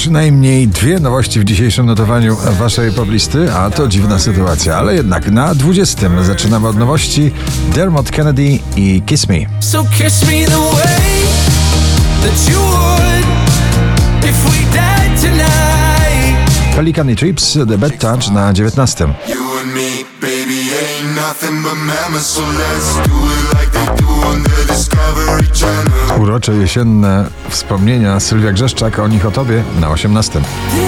przynajmniej dwie nowości w dzisiejszym notowaniu waszej poblisty, a to dziwna sytuacja, ale jednak na 20 zaczynamy od nowości Dermot Kennedy i Kiss Me. So kiss me the way that you would if we died tonight. Pelican i Trips, The Bad Touch na 19. Urocze jesienne wspomnienia Sylwia Grzeszczak, O nich o tobie na 18.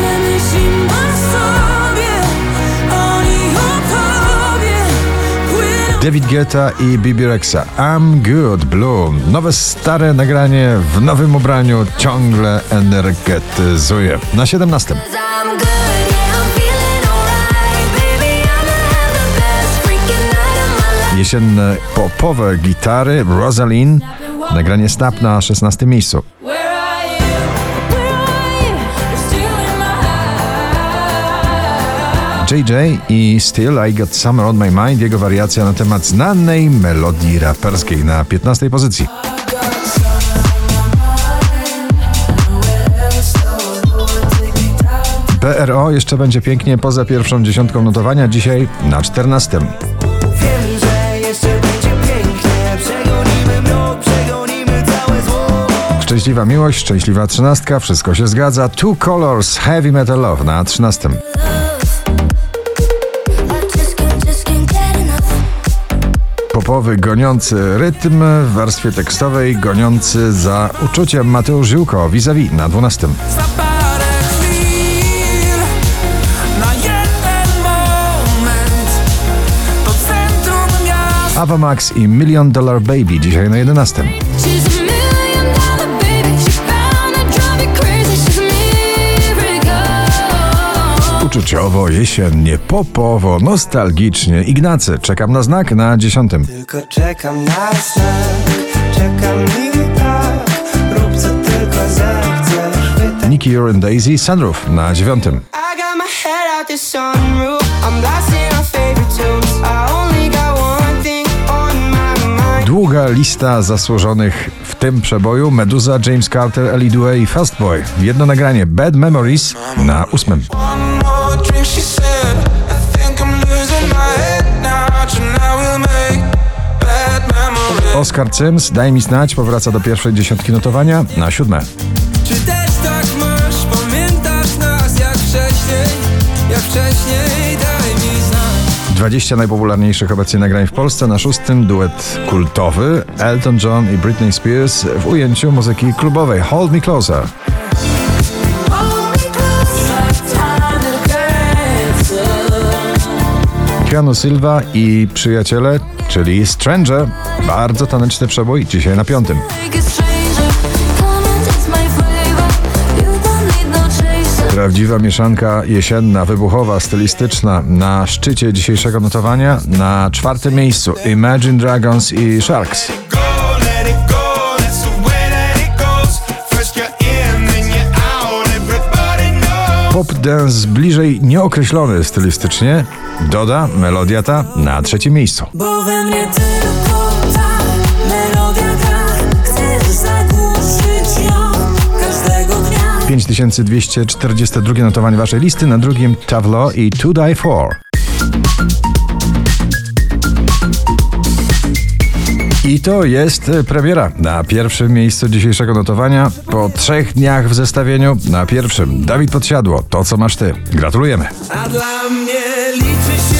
David Guetta i Bibi Rexha, I'm Good Blue. Nowe stare nagranie w nowym ubraniu ciągle energetyzuje. Na 17. Jesienne popowe gitary Rosalind, nagranie Snap na 16 miejscu. JJ i Still I Got Summer on My Mind, jego wariacja na temat znanej melodii raperskiej na 15 pozycji. PRO jeszcze będzie pięknie poza pierwszą dziesiątką notowania, dzisiaj na 14. Szczęśliwa miłość, szczęśliwa 13, wszystko się zgadza. Two Colors, Heavy Metal Love na 13. Popowy goniący rytm w warstwie tekstowej, goniący za uczuciem Mateusz Ziółko, Vis-a-vis na 12. Ava Max i $1 Million Baby dzisiaj na 11. Uczuciowo, jesiennie, popowo, nostalgicznie. Ignacy, czekam na znak na 10. Tylko czekam na znak, czekam i tak, rób co tylko zechcesz. Nicky Jure and Daisy, Sunroof na 9. Długa lista zasłużonych w tym przeboju: Meduza, James Carter, Ellie Due i Fast Boy. Jedno nagranie Bad Memories na 8. Oscar Sims, Daj mi znać, powraca do pierwszej dziesiątki notowania na 7. Czy też tak masz, pamiętasz nas jak wcześniej, daj mi znać. 20 najpopularniejszych obecnie nagrań w Polsce. Na 6 duet kultowy Elton John i Britney Spears w ujęciu muzyki klubowej Hold Me Closer. Keanu Silva i Przyjaciele, czyli Stranger. Bardzo taneczny przebój, dzisiaj na 5. Prawdziwa mieszanka jesienna, wybuchowa, stylistyczna na szczycie dzisiejszego notowania. Na 4 miejscu Imagine Dragons i Sharks. Pop dance bliżej nieokreślony stylistycznie. Doda, melodia ta na 3 miejscu. Bo we mnie tylko ta melodia gra, chcesz zagłuszyć ją każdego dnia. 5242 notowanie waszej listy, na 2 Tavlo i To Die For. I to jest premiera na pierwszym miejscu dzisiejszego notowania. Po 3 dniach w zestawieniu na pierwszym Dawid Podsiadło, To co masz ty. Gratulujemy. A dla mnie liczy się